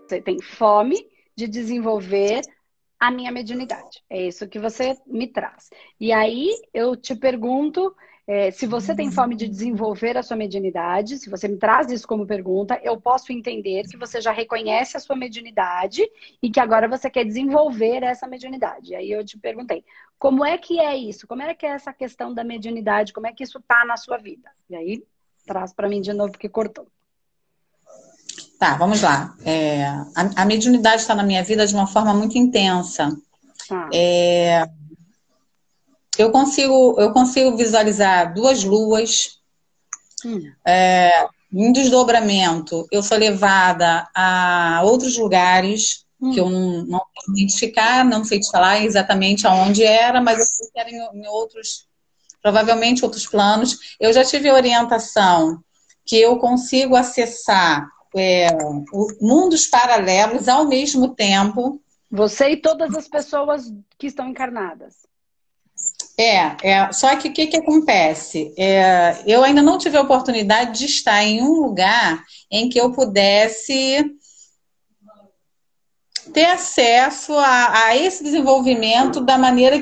você tem fome de desenvolver a minha mediunidade. É isso que você me traz. E aí eu te pergunto, se você tem fome de desenvolver a sua mediunidade, se você me traz isso como pergunta, eu posso entender que você já reconhece a sua mediunidade e que agora você quer desenvolver essa mediunidade. E aí eu te perguntei, como é que é isso? Como é que é essa questão da mediunidade? Como é que isso tá na sua vida? E aí traz para mim de novo que cortou. Tá, vamos lá. A mediunidade está na minha vida de uma forma muito intensa. Tá. Eu consigo visualizar duas luas, Hum. em desdobramento. Eu sou levada a outros lugares que eu não posso identificar, não sei te falar exatamente aonde era, mas eu sei que era em outros, provavelmente outros planos. Eu já tive orientação que eu consigo acessar mundos paralelos ao mesmo tempo. Você e todas as pessoas que estão encarnadas. Só que o que acontece? Eu ainda não tive a oportunidade de estar em um lugar em que eu pudesse ter acesso a esse desenvolvimento da maneira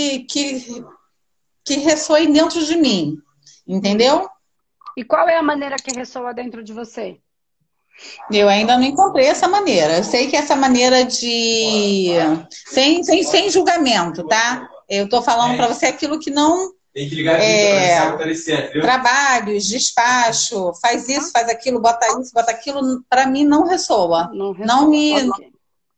que ressoe dentro de mim, entendeu? E qual é a maneira que ressoa dentro de você? Eu ainda não encontrei essa maneira. Eu sei que essa maneira de... Sem julgamento, tá? Eu tô falando para você aquilo que não... Tem que ligar aqui para trabalhos, despacho, faz isso, faz aquilo, bota isso, bota aquilo, para mim não ressoa. Não ressoa. Não me... Okay.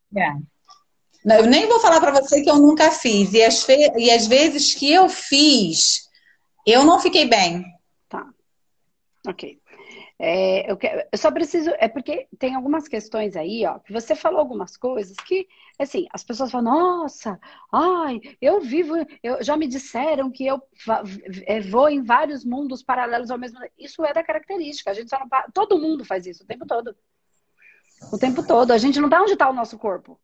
Eu nem vou falar para você que eu nunca fiz. E às vezes que eu fiz, eu não fiquei bem. Tá. Ok. Eu só preciso. É porque tem algumas questões aí, ó, que você falou algumas coisas que, assim, as pessoas falam, nossa, ai, já me disseram que eu vou em vários mundos paralelos ao mesmo tempo. Isso é da característica. A gente só não. Todo mundo faz isso o tempo todo. O tempo todo. A gente não tá onde está o nosso corpo.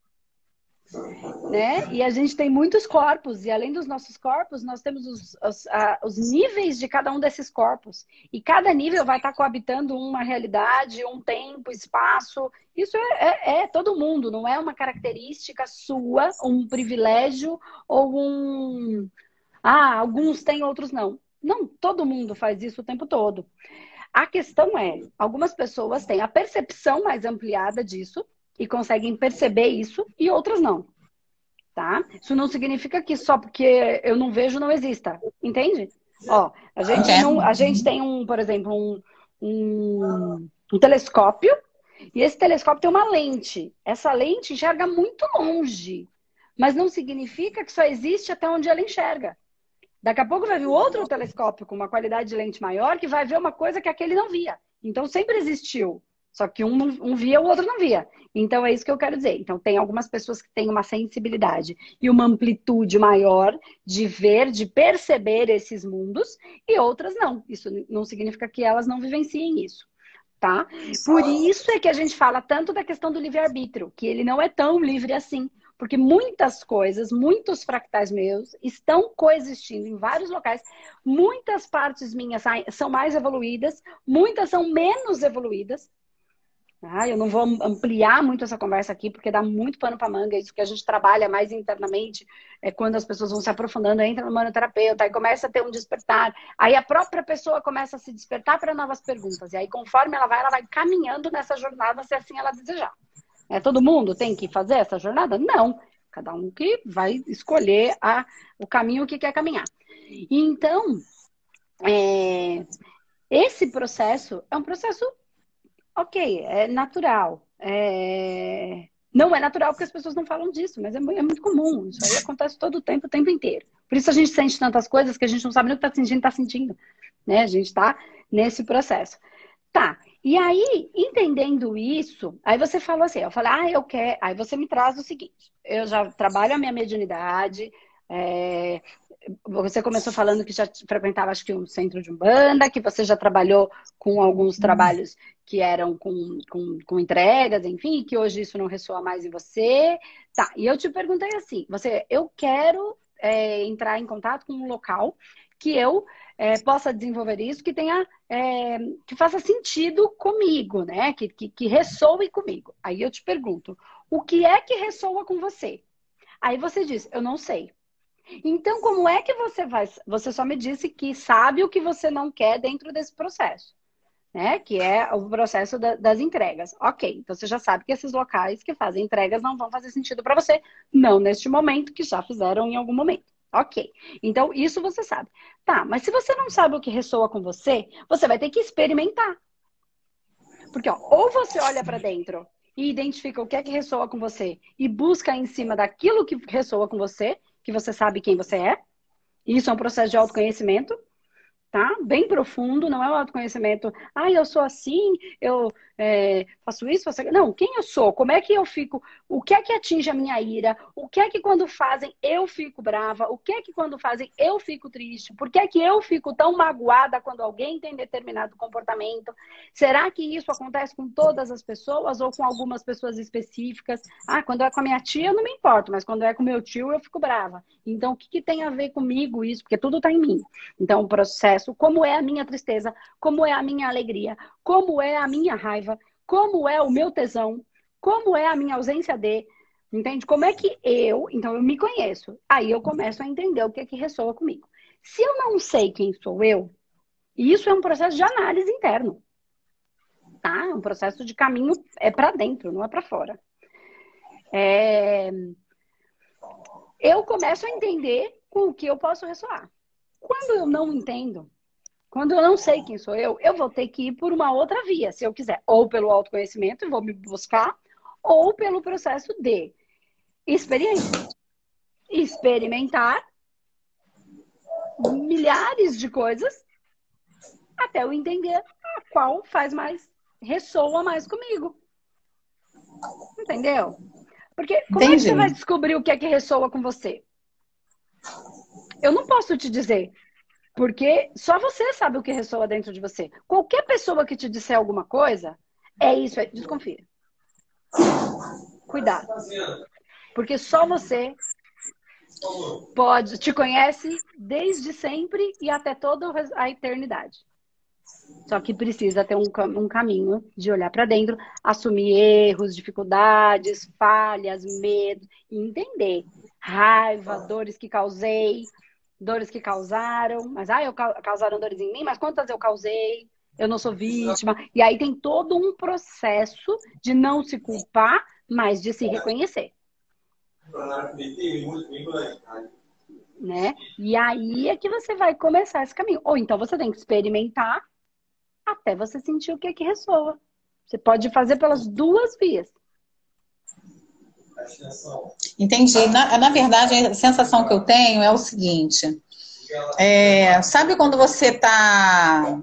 Né? E a gente tem muitos corpos, e além dos nossos corpos, nós temos os níveis de cada um desses corpos. E cada nível vai estar coabitando uma realidade, um tempo, espaço. Isso é todo mundo, não é uma característica sua, um privilégio ou um. Alguns têm, outros não. Não, todo mundo faz isso o tempo todo. A questão é, algumas pessoas têm a percepção mais ampliada disso, e conseguem perceber isso, e outras não, tá? Isso não significa que só porque eu não vejo não exista, entende? Ó, a gente tem por exemplo, um telescópio, e esse telescópio tem uma lente. Essa lente enxerga muito longe, mas não significa que só existe até onde ela enxerga. Daqui a pouco vai vir outro telescópio com uma qualidade de lente maior que vai ver uma coisa que aquele não via. Então sempre existiu. Só que um via, o outro não via. Então é isso que eu quero dizer. Então tem algumas pessoas que têm uma sensibilidade e uma amplitude maior de ver, de perceber esses mundos, e outras não. Isso não significa que elas não vivenciem isso, tá? Por isso é que a gente fala tanto da questão do livre-arbítrio, que ele não é tão livre assim. Porque muitas coisas, muitos fractais meus estão coexistindo em vários locais. Muitas partes minhas são mais evoluídas, muitas são menos evoluídas. Eu não vou ampliar muito essa conversa aqui, porque dá muito pano para manga. Isso que a gente trabalha mais internamente é quando as pessoas vão se aprofundando, entra no manoterapeuta, aí começa a ter um despertar. Aí a própria pessoa começa a se despertar para novas perguntas. E aí, conforme ela vai caminhando nessa jornada, se assim ela desejar. Todo mundo tem que fazer essa jornada? Não. Cada um que vai escolher o caminho que quer caminhar. Então, esse processo é um processo ok, é natural. Não é natural porque as pessoas não falam disso, mas é muito comum. Isso aí acontece todo o tempo inteiro. Por isso a gente sente tantas coisas que a gente não sabe nem o que está sentindo. Né? A gente está nesse processo. Tá, e aí, entendendo isso, aí você falou assim, eu falei, eu quero. Aí você me traz o seguinte, eu já trabalho a minha mediunidade, você começou falando que já frequentava, acho que um centro de Umbanda, que você já trabalhou com alguns trabalhos que eram com entregas, enfim, que hoje isso não ressoa mais em você. Tá, e eu te perguntei assim, eu quero entrar em contato com um local que eu possa desenvolver isso, que tenha, que faça sentido comigo, né? Que ressoe comigo. Aí eu te pergunto, o que é que ressoa com você? Aí você diz, eu não sei. Então, como é que você vai? Você só me disse que sabe o que você não quer dentro desse processo, né? Que é o processo das entregas. Ok, então você já sabe que esses locais que fazem entregas não vão fazer sentido para você, não neste momento, que já fizeram em algum momento. Ok, então isso você sabe. Tá, mas se você não sabe o que ressoa com você, você vai ter que experimentar. Porque, ó, ou você olha para dentro e identifica o que é que ressoa com você e busca em cima daquilo que ressoa com você, que você sabe quem você é. Isso é um processo de autoconhecimento, tá? Bem profundo, não é o autoconhecimento. Ah, eu sou assim, eu faço isso, faço aquilo. Não, quem eu sou? Como é que eu fico? O que é que atinge a minha ira? O que é que quando fazem eu fico brava? O que é que quando fazem eu fico triste? Por que é que eu fico tão magoada quando alguém tem determinado comportamento? Será que isso acontece com todas as pessoas ou com algumas pessoas específicas? Ah, quando é com a minha tia eu não me importo, mas quando é com meu tio eu fico brava. Então, o que tem a ver comigo isso? Porque tudo está em mim. Então, o processo, como é a minha tristeza, como é a minha alegria, como é a minha raiva, como é o meu tesão, como é a minha ausência de, entende? Como é que então eu me conheço, aí eu começo a entender o que é que ressoa comigo. Se eu não sei quem sou eu, isso é um processo de análise interno, tá? Um processo de caminho para dentro, não é para fora. Eu começo a entender com o que eu posso ressoar. Quando eu não entendo, quando eu não sei quem sou eu vou ter que ir por uma outra via, se eu quiser. Ou pelo autoconhecimento, vou me buscar, ou pelo processo de experiência. Experimentar milhares de coisas até eu entender a qual faz mais, ressoa mais comigo. Entendeu? Porque como é que você vai descobrir o que é que ressoa com você? Eu não posso te dizer. Porque só você sabe o que ressoa dentro de você. Qualquer pessoa que te disser alguma coisa, é isso aí. Desconfia. Cuidado. Porque só você te conhece desde sempre e até toda a eternidade. Só que precisa ter um caminho de olhar para dentro, assumir erros, dificuldades, falhas, medos, e entender. Raiva, dores que causei, dores que causaram, mas causaram dores em mim, mas quantas eu causei? Eu não sou vítima. E aí tem todo um processo de não se culpar, mas de se reconhecer. Né? E aí é que você vai começar esse caminho. Ou então você tem que experimentar até você sentir o que é que ressoa. Você pode fazer pelas duas vias. Entendi. Na verdade, a sensação que eu tenho é o seguinte. Sabe quando você tá...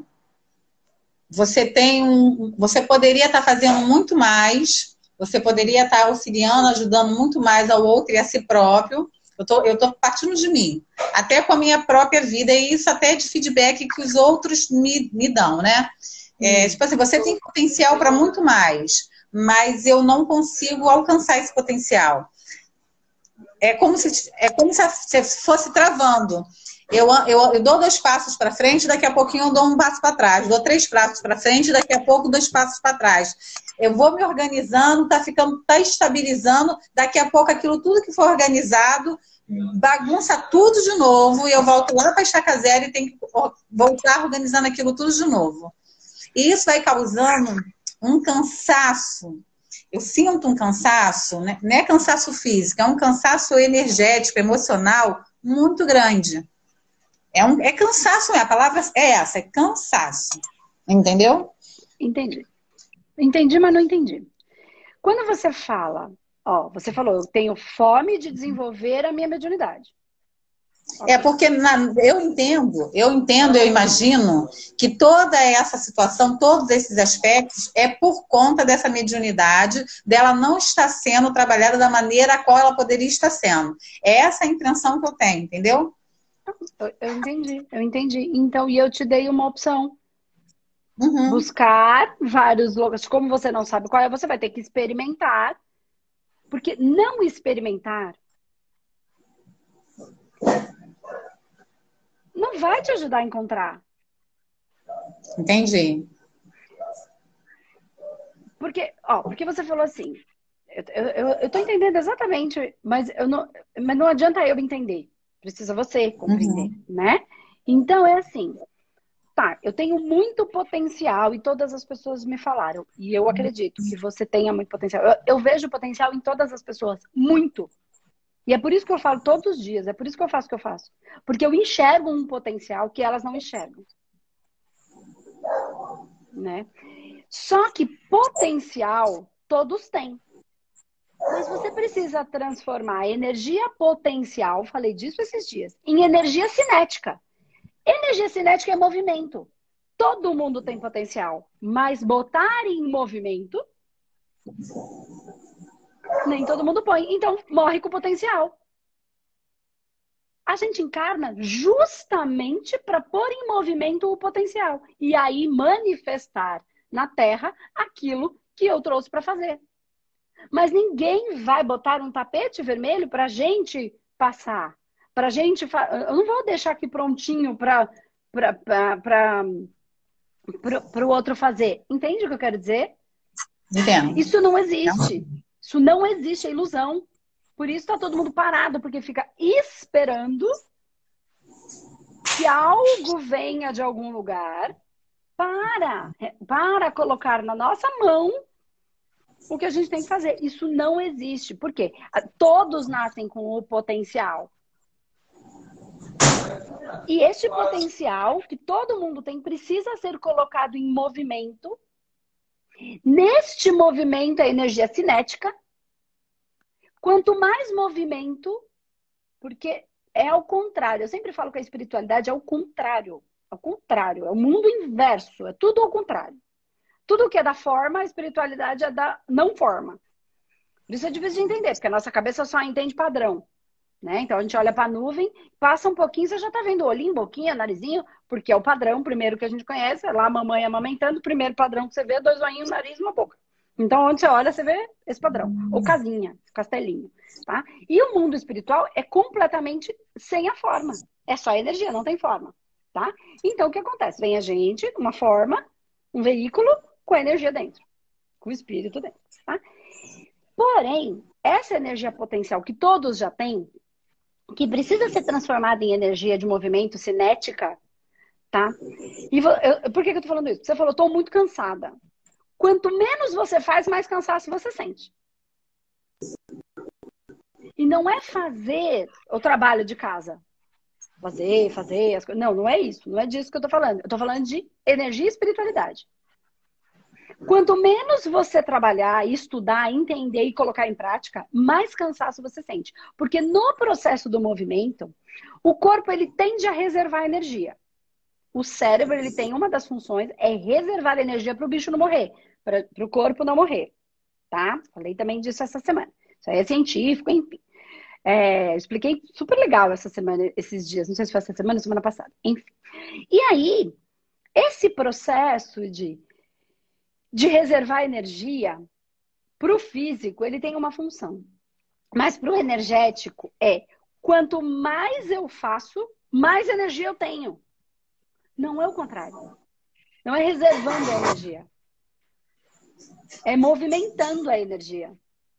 Você poderia estar fazendo muito mais, você poderia estar auxiliando, ajudando muito mais ao outro e a si próprio. Eu tô partindo de mim, até com a minha própria vida, e isso até de feedback que os outros me dão, né? Tipo assim, você tem potencial para muito mais, mas eu não consigo alcançar esse potencial. É como se você fosse travando. Eu dou 2 passos para frente, daqui a pouquinho eu dou 1 passo para trás. Dou 3 passos para frente, daqui a pouco 2 passos para trás. Eu vou me organizando, tá estabilizando, daqui a pouco aquilo tudo que for organizado bagunça tudo de novo e eu volto lá para a estaca zero e tenho que voltar organizando aquilo tudo de novo. E isso vai causando um cansaço. Eu sinto um cansaço, né? Não é cansaço físico, é um cansaço energético, emocional muito grande. É cansaço, a palavra é essa, é cansaço. Entendeu? Entendi. Entendi, mas não entendi. Quando você fala, você falou, eu tenho fome de desenvolver a minha mediunidade. É porque eu imagino que toda essa situação, todos esses aspectos, é por conta dessa mediunidade, dela não estar sendo trabalhada da maneira a qual ela poderia estar sendo. É essa a intenção que eu tenho, entendeu? Eu entendi. Então, e eu te dei uma opção. Buscar vários lugares. Como você não sabe qual é, você vai ter que experimentar. Porque não experimentar não vai te ajudar a encontrar. Entendi. Porque você falou assim, eu tô entendendo exatamente, mas não adianta eu entender. Precisa você compreender, né? Então é assim, tá, eu tenho muito potencial e todas as pessoas me falaram. E eu acredito que você tenha muito potencial. Eu vejo potencial em todas as pessoas, muito. E é por isso que eu falo todos os dias, é por isso que eu faço o que eu faço. Porque eu enxergo um potencial que elas não enxergam. Né? Só que potencial todos têm. Mas você precisa transformar a energia potencial, falei disso esses dias, em energia cinética. Energia cinética é movimento. Todo mundo tem potencial, mas botar em movimento, nem todo mundo põe. Então, morre com potencial. A gente encarna justamente para pôr em movimento o potencial. E aí manifestar na Terra aquilo que eu trouxe para fazer. Mas ninguém vai botar um tapete vermelho para a gente passar. Pra gente. Eu não vou deixar aqui prontinho para o outro fazer. Entende o que eu quero dizer? Entendo. Isso não existe. Isso não existe, é ilusão. Por isso está todo mundo parado, porque fica esperando que algo venha de algum lugar para colocar na nossa mão o que a gente tem que fazer. Isso não existe. Por quê? Todos nascem com o potencial. E este potencial que todo mundo tem precisa ser colocado em movimento. Neste movimento, a energia cinética. Quanto mais movimento, porque é ao contrário. Eu sempre falo que a espiritualidade é ao contrário. Ao contrário, é o mundo inverso. É tudo ao contrário. Tudo que é da forma, a espiritualidade é da não forma. Por isso é difícil de entender, porque a nossa cabeça só entende padrão. Né? Então a gente olha para a nuvem, passa um pouquinho, você já está vendo olhinho, boquinha, narizinho, porque é o padrão primeiro que a gente conhece, é lá a mamãe amamentando, o primeiro padrão que você vê, 2 olhinhos, nariz e uma boca. Então onde você olha, você vê esse padrão. Ou casinha, castelinho. Tá? E o mundo espiritual é completamente sem a forma. É só energia, não tem forma. Tá? Então o que acontece? Vem a gente, uma forma, um veículo com a energia dentro. Com o espírito dentro. Tá? Porém, essa energia potencial que todos já têm, que precisa ser transformada em energia de movimento cinética, tá? E por que eu tô falando isso? Você falou, tô muito cansada. Quanto menos você faz, mais cansaço você sente. E não é fazer o trabalho de casa. Fazer as coisas. Não, não é isso. Não é disso que eu tô falando. Eu tô falando de energia e espiritualidade. Quanto menos você trabalhar, estudar, entender e colocar em prática, mais cansaço você sente. Porque no processo do movimento, o corpo ele tende a reservar energia. O cérebro ele tem uma das funções é reservar energia para o bicho não morrer, para o corpo não morrer. Tá? Falei também disso essa semana. Isso aí é científico, enfim. Expliquei super legal essa semana, esses dias. Não sei se foi essa semana ou semana passada. Enfim. E aí, esse processo de reservar energia para o físico, ele tem uma função. Mas para o energético quanto mais eu faço, mais energia eu tenho. Não é o contrário. Não é reservando a energia. É movimentando a energia.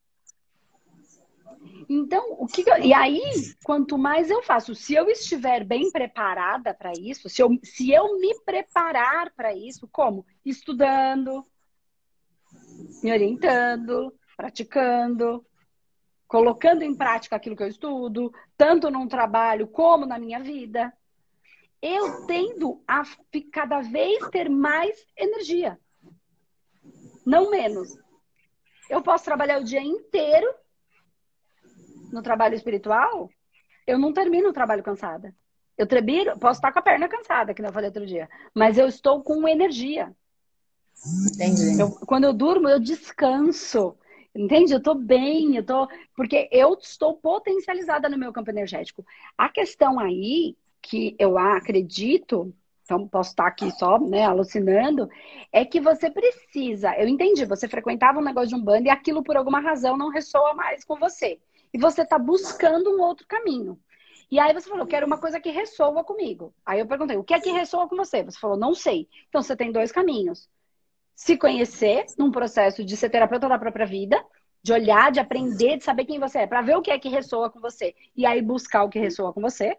Então, e aí, quanto mais eu faço, se eu estiver bem preparada para isso, se eu me preparar para isso, como? Estudando, me orientando, praticando, colocando em prática aquilo que eu estudo, tanto num trabalho como na minha vida, eu tendo a cada vez ter mais energia, não menos. Eu posso trabalhar o dia inteiro no trabalho espiritual, eu não termino o trabalho cansada. Posso estar com a perna cansada, que eu falei outro dia, mas eu estou com energia. Entendi. Quando eu durmo, eu descanso. Entende? Eu tô bem, porque eu estou potencializada no meu campo energético. A questão aí, que eu acredito, então posso estar aqui só, né, alucinando, é que você precisa, eu entendi, você frequentava um negócio de Umbanda e aquilo por alguma razão não ressoa mais com você. E você está buscando um outro caminho. E aí você falou, quero uma coisa que ressoa comigo. Aí eu perguntei, o que é que ressoa com você? Você falou, não sei. Então você tem dois caminhos. Se conhecer num processo de ser terapeuta da própria vida, de olhar, de aprender, de saber quem você é, para ver o que é que ressoa com você. E aí buscar o que ressoa com você.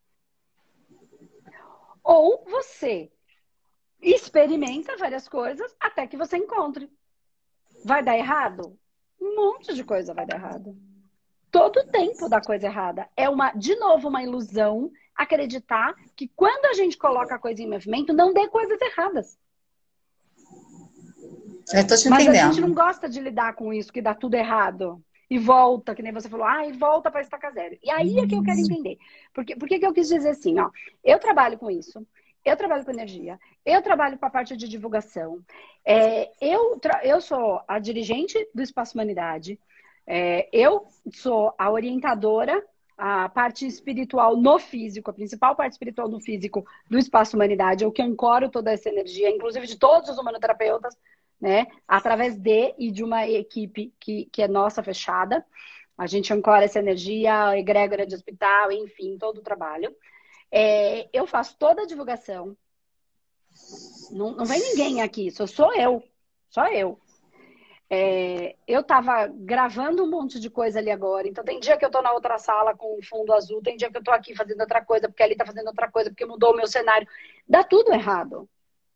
Ou você experimenta várias coisas até que você encontre. Vai dar errado? Um monte de coisa vai dar errado. Todo tempo dá coisa errada. É de novo, uma ilusão acreditar que quando a gente coloca a coisa em movimento, não dê coisas erradas. Eu tô te Mas entendendo. a gente não gosta de lidar com isso, que dá tudo errado. E volta, que nem você falou, e volta para estaca zero. E aí é que eu quero entender. Por que eu quis dizer assim, ó? Eu trabalho com isso, eu trabalho com energia, eu trabalho com a parte de divulgação. Eu sou a dirigente do Espaço Humanidade, eu sou a orientadora, a parte espiritual no físico, a principal parte espiritual no físico do Espaço Humanidade, eu que ancoro toda essa energia, inclusive de todos os humanoterapeutas, né? Através de uma equipe que é nossa fechada. A gente ancora essa energia, egrégora de hospital, enfim, todo o trabalho. Eu faço toda a divulgação. Não vem ninguém aqui, sou eu. Só eu. Eu tava gravando um monte de coisa ali agora. Então tem dia que eu tô na outra sala com fundo azul, tem dia que eu tô aqui fazendo outra coisa, porque ali tá fazendo outra coisa, porque mudou o meu cenário. Dá tudo errado.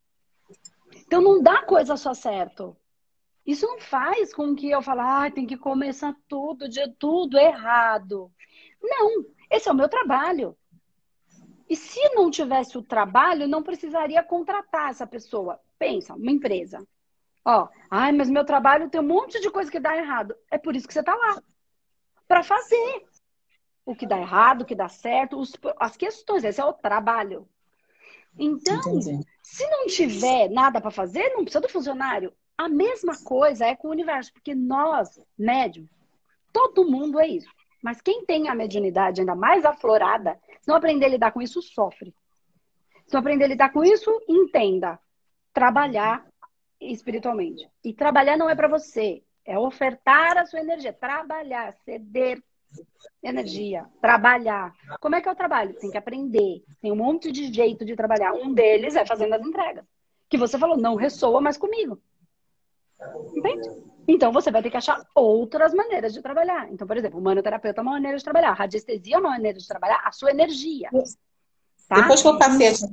Então não dá coisa só certo. Isso não faz com que eu fale, tem que começar tudo errado. Não, esse é o meu trabalho. E se não tivesse o trabalho, não precisaria contratar essa pessoa. Pensa, uma empresa. Mas meu trabalho tem um monte de coisa que dá errado. É por isso que você está lá. Para fazer o que dá errado, o que dá certo, as questões. Esse é o trabalho. Então, se não tiver nada para fazer, não precisa do funcionário. A mesma coisa é com o universo, porque nós, médium, todo mundo é isso. Mas quem tem a mediunidade ainda mais aflorada, se não aprender a lidar com isso, sofre. Se não aprender a lidar com isso, entenda. Trabalhar espiritualmente. E trabalhar não é para você, é ofertar a sua energia. Trabalhar, ceder energia, trabalhar. Como é que é o trabalho? Tem que aprender. Tem um monte de jeito de trabalhar. Um deles é fazendo as entregas. Que você falou, não ressoa mais comigo. Entende? Então você vai ter que achar outras maneiras de trabalhar. Então, por exemplo, o humanoterapeuta é uma maneira de trabalhar, a radiestesia é uma maneira de trabalhar a sua energia. Tá? Depois que eu passei a te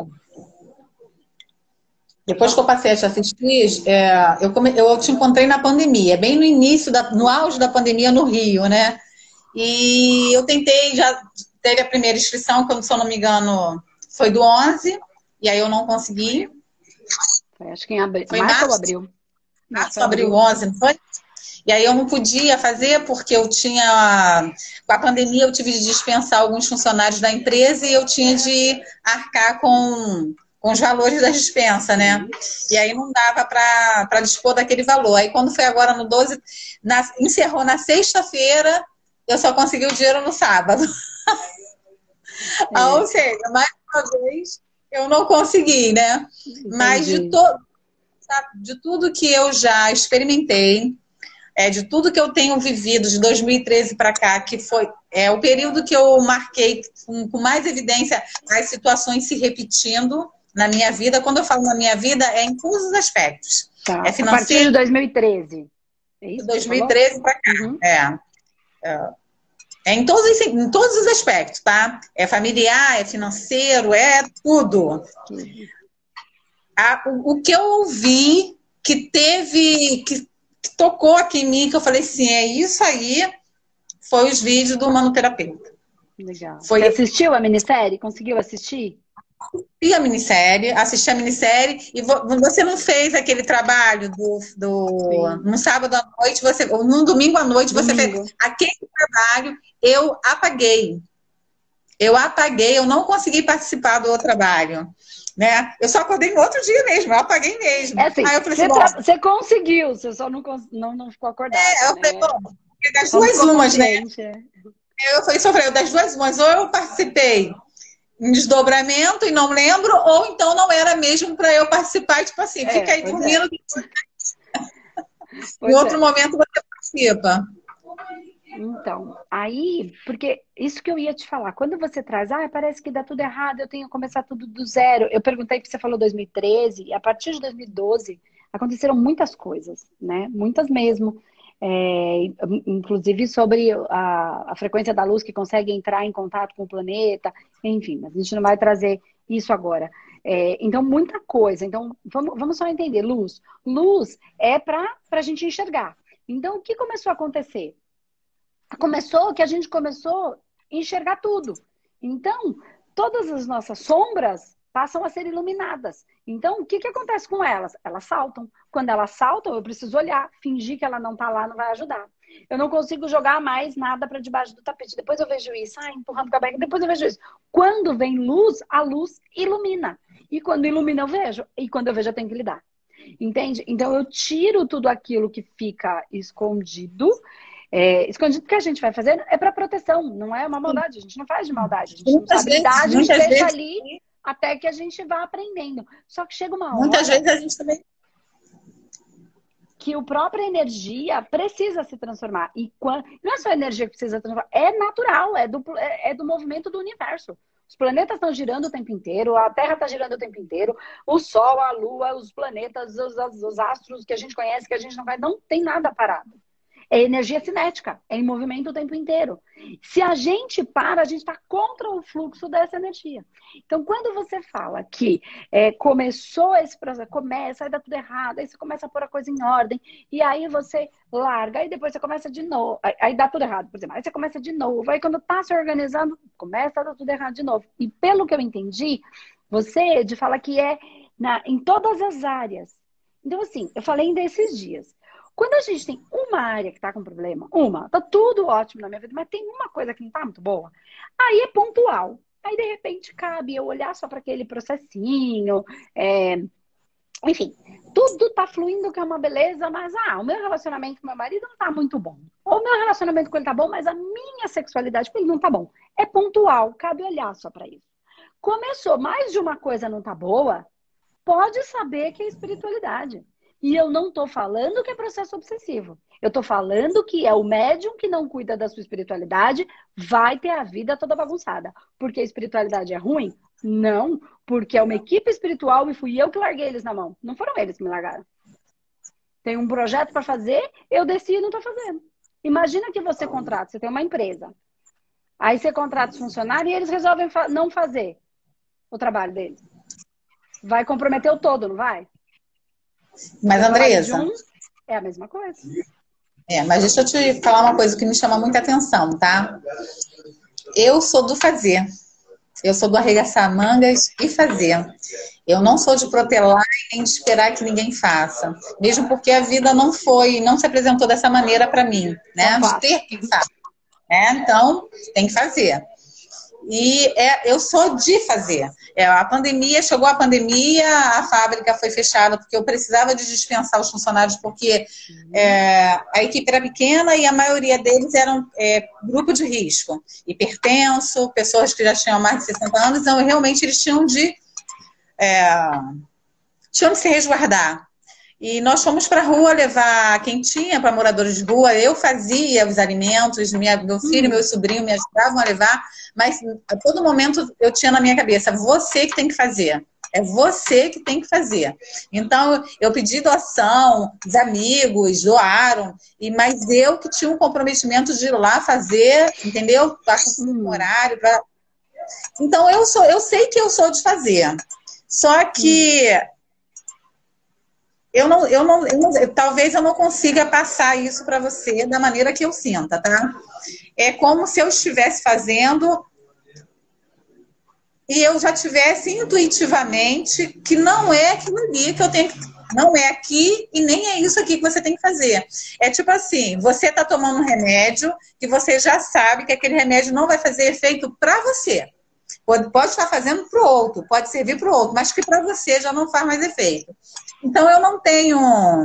assistir, eu te encontrei na pandemia, bem no início, no auge da pandemia no Rio, né? E eu tentei, já teve a primeira inscrição, que, se eu não me engano, foi do 11, e aí eu não consegui. Acho que em abril. Foi março ou abril? Março, abril, 11, não foi? E aí eu não podia fazer porque eu tinha... Com a pandemia eu tive de dispensar alguns funcionários da empresa e eu tinha de arcar com os valores da dispensa, né? E aí não dava para dispor daquele valor. Aí quando foi agora no 12, encerrou na sexta-feira, eu só consegui o dinheiro no sábado. Ou seja, mais uma vez, eu não consegui, né? Entendi. Mas de tudo que eu já experimentei, de tudo que eu tenho vivido de 2013 para cá, que foi o período que eu marquei com mais evidência as situações se repetindo na minha vida. Quando eu falo na minha vida, é em todos os aspectos. Tá. É financeiro. A partir de 2013. É isso? 2013 para cá. Uhum. Em todos os aspectos, tá? É familiar, é financeiro, é tudo. O que eu ouvi que tocou aqui em mim, que eu falei assim, é isso aí, foi os vídeos do humanoterapeuta. Legal. Você assistiu a minissérie? Conseguiu assistir? Assisti a minissérie, e você não fez aquele trabalho no sábado à noite, no domingo à noite, você fez aquele trabalho, eu apaguei, eu não consegui participar do outro trabalho, né? Eu só acordei no outro dia mesmo, eu apaguei mesmo. Assim, aí eu falei você conseguiu, você só não ficou acordado. Eu falei, bom, das duas umas, né? Eu falei, das duas umas, ou eu participei em desdobramento e não lembro, ou então não era mesmo para eu participar, tipo assim, fica aí dormindo. Em outro momento você participa. Então, aí, porque isso que eu ia te falar, quando você traz, parece que dá tudo errado, eu tenho que começar tudo do zero. Eu perguntei porque você falou 2013, e a partir de 2012 aconteceram muitas coisas, né? Muitas mesmo. Inclusive sobre a frequência da luz que consegue entrar em contato com o planeta, enfim, mas a gente não vai trazer isso agora. Então, muita coisa. Então, vamos só entender, luz. Luz é para a gente enxergar. Então, o que começou a acontecer? Começou que a gente começou a enxergar tudo. Então, todas as nossas sombras passam a ser iluminadas. Então, o que acontece com elas? Elas saltam. Quando elas saltam, eu preciso olhar. Fingir que ela não está lá não vai ajudar. Eu não consigo jogar mais nada para debaixo do tapete. Depois eu vejo isso. Empurrando com a barriga. Depois eu vejo isso. Quando vem luz, a luz ilumina. E quando ilumina, eu vejo. E quando eu vejo, eu tenho que lidar. Entende? Então, eu tiro tudo aquilo que fica escondido. Escondido que a gente vai fazer é para proteção, não é uma maldade. A gente não faz de maldade. A gente não sabe lidar, a gente deixa ali até que a gente vá aprendendo. Só que chega uma hora... Muitas vezes a gente também... que a própria energia precisa se transformar. E não é só a energia que precisa transformar, é natural, é do movimento do universo. Os planetas estão girando o tempo inteiro, a Terra está girando o tempo inteiro, o Sol, a Lua, os planetas, os astros que a gente conhece, que a gente não conhece, não tem nada parado. É energia cinética, é em movimento o tempo inteiro. Se a gente para, a gente está contra o fluxo dessa energia. Então, quando você fala que começou esse processo, aí dá tudo errado, aí você começa a pôr a coisa em ordem, e aí você larga, aí depois você começa de novo, aí dá tudo errado, por exemplo, aí você começa de novo, aí quando está se organizando, começa a dar tudo errado de novo. E pelo que eu entendi, você, Ed, fala que em todas as áreas. Então, assim, eu falei ainda esses dias. Quando a gente tem uma área que tá com problema, tá tudo ótimo na minha vida, mas tem uma coisa que não tá muito boa, aí é pontual. Aí, de repente, cabe eu olhar só para aquele processinho, enfim, tudo tá fluindo que é uma beleza, mas o meu relacionamento com meu marido não tá muito bom. Ou o meu relacionamento com ele tá bom, mas a minha sexualidade com ele não tá bom. É pontual, cabe olhar só para isso. Começou, mais de uma coisa não tá boa, pode saber que é espiritualidade. E eu não tô falando que é processo obsessivo. Eu tô falando que é o médium que não cuida da sua espiritualidade, vai ter a vida toda bagunçada. Porque a espiritualidade é ruim? Não, porque é uma equipe espiritual e fui eu que larguei eles na mão. Não foram eles que me largaram. Tem um projeto para fazer, eu desci e não tô fazendo. Imagina que você contrata, você tem uma empresa. Aí você contrata os funcionários e eles resolvem não fazer o trabalho deles. Vai comprometer o todo, não vai? Mas, Andresa... é a mesma coisa. Mas deixa eu te falar uma coisa que me chama muita atenção, tá? Eu sou do fazer. Eu sou do arregaçar mangas e fazer. Eu não sou de protelar e nem de esperar que ninguém faça. Mesmo porque a vida não se apresentou dessa maneira para mim, né? De ter quem faça. Então, tem que fazer. E eu sou de fazer. Chegou a pandemia, a fábrica foi fechada porque eu precisava de dispensar os funcionários porque a equipe era pequena e a maioria deles eram grupo de risco, hipertenso, pessoas que já tinham mais de 60 anos, então realmente eles tinham de se resguardar. E nós fomos para a rua levar quentinha para moradores de rua. Eu fazia os alimentos, meu filho e meu sobrinho me ajudavam a levar, mas a todo momento eu tinha na minha cabeça, você que tem que fazer. É você que tem que fazer. Então, eu pedi doação, os amigos doaram, mas eu que tinha um comprometimento de ir lá fazer, entendeu? Passar um horário. Então, eu sei que eu sou de fazer. Só que... talvez eu não consiga passar isso para você da maneira que eu sinta, tá? É como se eu estivesse fazendo e eu já tivesse intuitivamente que não é aquilo ali que eu tenho que... Não é aqui e nem é isso aqui que você tem que fazer. É tipo assim, você tá tomando um remédio que você já sabe que aquele remédio não vai fazer efeito para você. Pode estar fazendo para o outro, pode servir para o outro, mas que para você já não faz mais efeito. Então, eu não tenho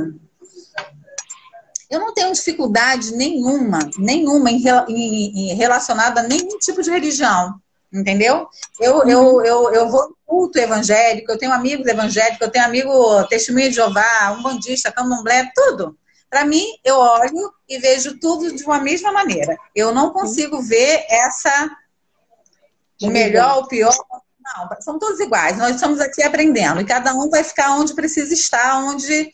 dificuldade nenhuma relacionada a nenhum tipo de religião, entendeu? Eu vou no culto evangélico, eu tenho amigos evangélicos, eu tenho amigo testemunha de Jeová, umbandista, candomblé, tudo. Para mim, eu olho e vejo tudo de uma mesma maneira. Eu não consigo ver o melhor, o pior. Não, são todos iguais. Nós estamos aqui aprendendo. E cada um vai ficar onde precisa estar, onde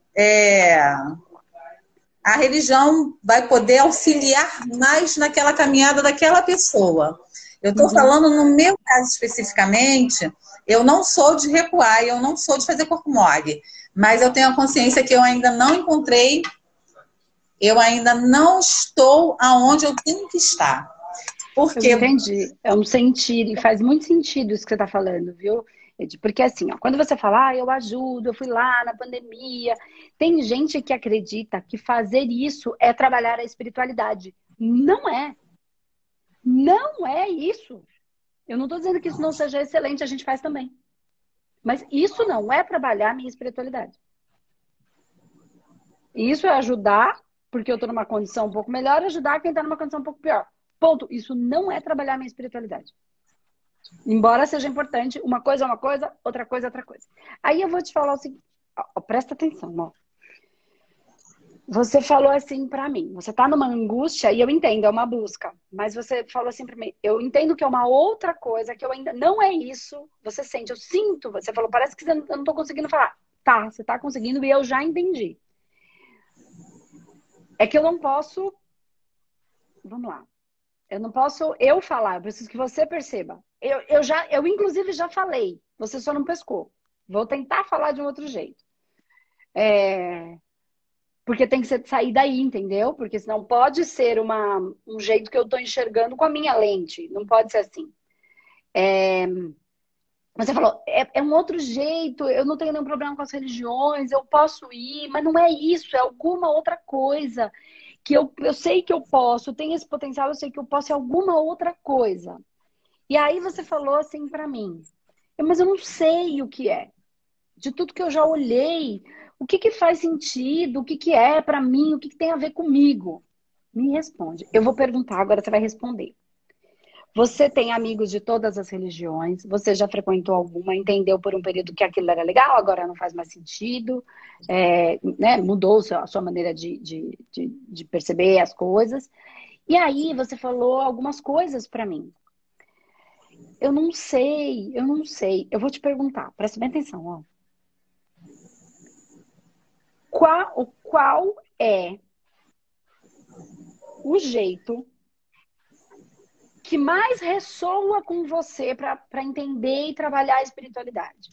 a religião vai poder auxiliar mais naquela caminhada daquela pessoa. Eu estou falando no meu caso especificamente, eu não sou de recuar, eu não sou de fazer corpo mole, mas eu tenho a consciência que eu ainda não encontrei, eu ainda não estou aonde eu tenho que estar. Porque... Eu entendi, é um sentido, e faz muito sentido isso que você está falando, viu? Porque assim, ó, quando você fala, eu ajudo, eu fui lá na pandemia, tem gente que acredita que fazer isso é trabalhar a espiritualidade. Não é. Não é isso. Eu não estou dizendo que isso não seja excelente, a gente faz também. Mas isso não é trabalhar a minha espiritualidade. Isso é ajudar, porque eu estou numa condição um pouco melhor, ajudar quem está numa condição um pouco pior. Ponto. Isso não é trabalhar a minha espiritualidade. Embora seja importante, uma coisa é uma coisa, outra coisa é outra coisa. Aí eu vou te falar o seguinte, ó, presta atenção, ó. Você falou assim pra mim, você tá numa angústia, e eu entendo, é uma busca, mas você falou assim pra mim, eu entendo que é uma outra coisa, que eu ainda, não é isso, você sente, eu sinto, você falou, parece que eu não tô conseguindo falar. Tá, você tá conseguindo e eu já entendi. É que eu não posso, vamos lá, eu não posso eu falar, eu preciso que você perceba. Eu inclusive já falei, você só não pescou. Vou tentar falar de um outro jeito. Porque tem que sair daí, entendeu? Porque senão pode ser um jeito que eu tô enxergando com a minha lente. Não pode ser assim. Você falou, é um outro jeito, eu não tenho nenhum problema com as religiões, eu posso ir, mas não é isso, é alguma outra coisa. Que eu sei que eu posso, tenho esse potencial, eu sei que eu posso, é alguma outra coisa. E aí você falou assim pra mim, mas eu não sei o que é. De tudo que eu já olhei, o que faz sentido, o que é pra mim, o que tem a ver comigo? Me responde. Eu vou perguntar, agora você vai responder. Você tem amigos de todas as religiões, você já frequentou alguma, entendeu por um período que aquilo era legal, agora não faz mais sentido, né? Mudou a sua maneira de perceber as coisas. E aí você falou algumas coisas pra mim. Eu não sei, eu não sei. Eu vou te perguntar, presta bem atenção, ó. Qual é o jeito que mais ressoa com você para entender e trabalhar a espiritualidade?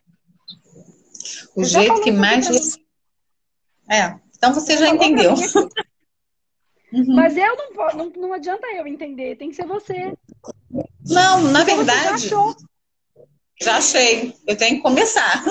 O jeito que mais... então você já entendeu. Mas eu não adianta eu entender, tem que ser você. Não, na então verdade... Você já achou. Já achei, eu tenho que começar.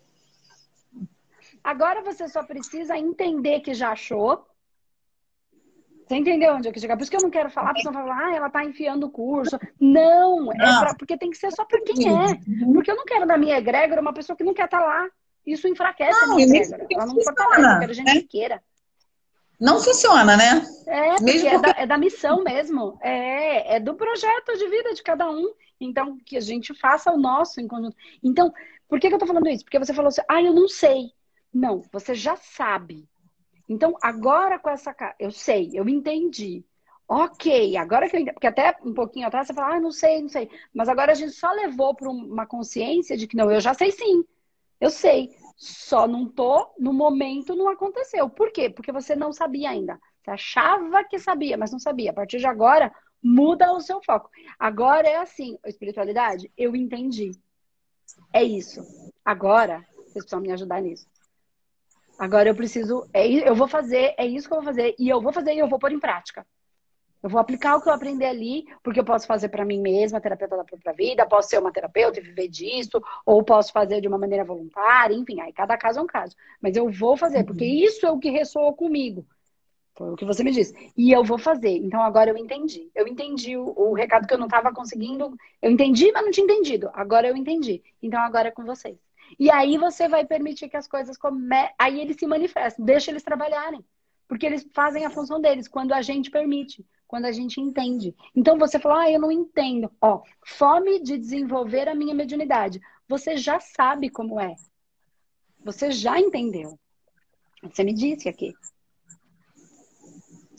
Agora você só precisa entender que já achou. Você entendeu onde eu quis chegar? Por isso que eu não quero falar, porque você vai falar, ela tá enfiando o curso. Não, porque tem que ser só para quem é. Porque eu não quero na minha egrégora uma pessoa que não quer estar lá. Isso enfraquece a minha egrégora. Ela não fortalece, eu quero gente que queira. Não funciona, né? Porque é da missão mesmo. É do projeto de vida de cada um. Então, que a gente faça o nosso em conjunto. Então, por que eu tô falando isso? Porque você falou assim, eu não sei. Não, você já sabe. Então, agora com essa... Eu sei, eu entendi. Ok, agora que eu entendi. Porque até um pouquinho atrás você fala, não sei. Mas agora a gente só levou para uma consciência de que, não, eu já sei sim. Eu sei. Só não tô, no momento não aconteceu. Por quê? Porque você não sabia ainda. Você achava que sabia, mas não sabia. A partir de agora, muda o seu foco. Agora é assim, a espiritualidade, eu entendi. É isso. Agora, vocês precisam me ajudar nisso. Agora eu preciso, eu vou fazer, é isso que eu vou fazer, e eu vou fazer e eu vou pôr em prática. Eu vou aplicar o que eu aprendi ali, porque eu posso fazer para mim mesma, terapeuta da própria vida, posso ser uma terapeuta e viver disso, ou posso fazer de uma maneira voluntária, enfim, aí cada caso é um caso. Mas eu vou fazer, porque isso é o que ressoou comigo. Foi o que você me disse. E eu vou fazer. Então agora eu entendi. Eu entendi o recado que eu não estava conseguindo. Eu entendi, mas não tinha entendido. Agora eu entendi. Então agora é com vocês. E aí você vai permitir que as coisas aí eles se manifestam, deixa eles trabalharem. Porque eles fazem a função deles quando a gente permite, quando a gente entende. Então você falou, eu não entendo. Fome de desenvolver a minha mediunidade. Você já sabe como é. Você já entendeu. Você me disse aqui.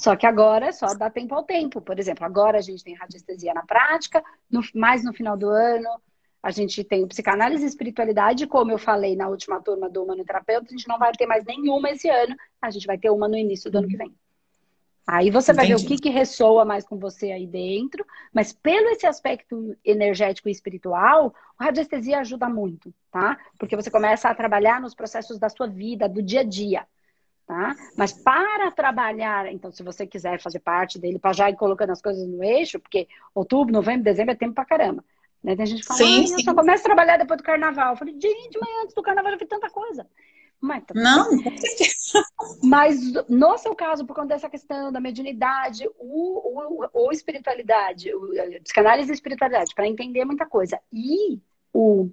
Só que agora é só dar tempo ao tempo. Por exemplo, agora a gente tem radiestesia na prática, mais no final do ano a gente tem psicanálise e espiritualidade, como eu falei na última turma do Humanoterapeuta, a gente não vai ter mais nenhuma esse ano, a gente vai ter uma no início do ano que vem. Aí você vai ver o que ressoa mais com você aí dentro, mas pelo esse aspecto energético e espiritual, a radiestesia ajuda muito, tá? Porque você começa a trabalhar nos processos da sua vida, do dia a dia, tá? Mas para trabalhar, então se você quiser fazer parte dele, para já ir colocando as coisas no eixo, porque outubro, novembro, dezembro é tempo pra caramba. Né? Tem gente que fala, eu só começo a trabalhar depois do carnaval. Eu falei, gente, mas antes do carnaval já fiz tanta coisa. Mas, não, com certeza. Mas no seu caso, por conta dessa questão da mediunidade, ou espiritualidade, psicanálise e espiritualidade, para entender muita coisa. E o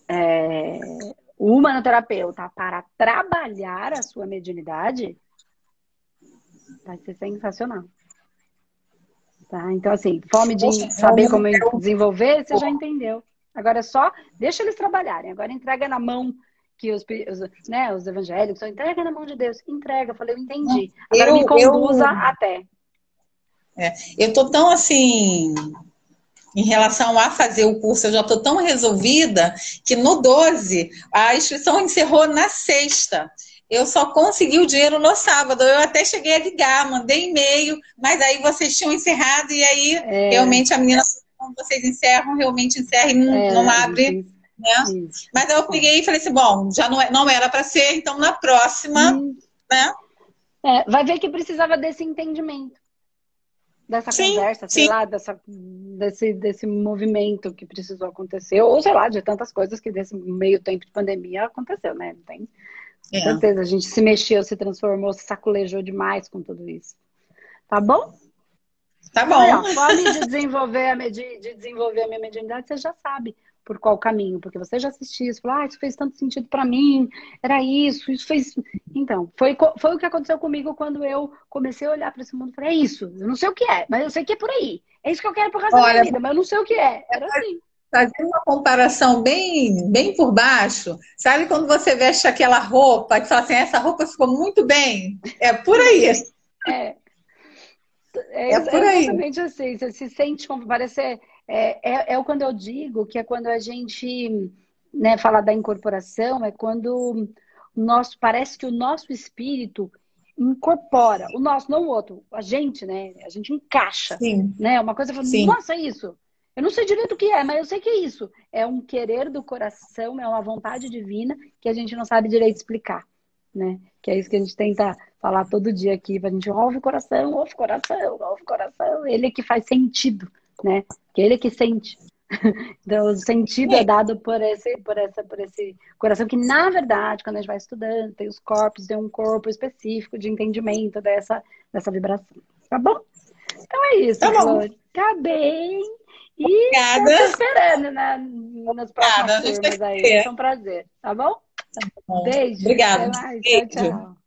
humanoterapeuta para trabalhar a sua mediunidade, vai ser sensacional. Tá? Então, assim, fome de saber como desenvolver, você já entendeu. Agora é só, deixa eles trabalharem. Agora entrega na mão que os evangélicos, entrega na mão de Deus. Entrega, eu falei, eu entendi. Agora me conduza até. Eu tô tão, assim, em relação a fazer o curso, eu já tô tão resolvida que no 12, a inscrição encerrou na sexta. Eu só consegui o dinheiro no sábado. Eu até cheguei a ligar, mandei e-mail, mas aí vocês tinham encerrado e aí realmente a menina, quando vocês encerram, realmente encerra e não abre, né? Isso. Mas eu peguei e falei assim, bom, já não era para ser, então na próxima, né? Vai ver que precisava desse entendimento, dessa conversa, sei lá, desse movimento que precisou acontecer, ou sei lá, de tantas coisas que desse meio tempo de pandemia aconteceu, né? Não tem... Com certeza, a gente se mexeu, se transformou, se sacolejou demais com tudo isso. Tá bom? Tá bom. Então, fome de desenvolver a minha mediunidade, você já sabe por qual caminho, porque você já assistiu, você falou, isso fez tanto sentido pra mim, era isso fez... Então, foi o que aconteceu comigo quando eu comecei a olhar pra esse mundo e falei, é isso, eu não sei o que é, mas eu sei que é por aí. É isso que eu quero pro resto da minha vida, mas eu não sei o que é. Era assim. Fazendo uma comparação bem por baixo, sabe quando você veste aquela roupa que fala assim, essa roupa ficou muito bem? É por aí. É por aí. Exatamente assim. Você se sente como parece. Quando eu digo que é quando a gente, né, fala da incorporação, é quando parece que o nosso espírito incorpora, o nosso, não o outro, a gente, né? A gente encaixa. Sim. Né? Uma coisa fala, nossa, é isso. Eu não sei direito o que é, mas eu sei que é isso. É um querer do coração, é uma vontade divina que a gente não sabe direito explicar, né? Que é isso que a gente tenta falar todo dia aqui, pra gente ouve o coração, ouve o coração, ouve o coração. Ele é que faz sentido, né? Que ele é que sente. Então, o sentido é dado por esse coração que, na verdade, quando a gente vai estudando, tem os corpos, tem um corpo específico de entendimento dessa vibração. Tá bom? Então é isso, Flor. Tá bem. E tô te esperando nas próximas turmas aí. É um prazer, tá bom? Tá bom. Beijo. Obrigada. Até mais. Tchau, tchau.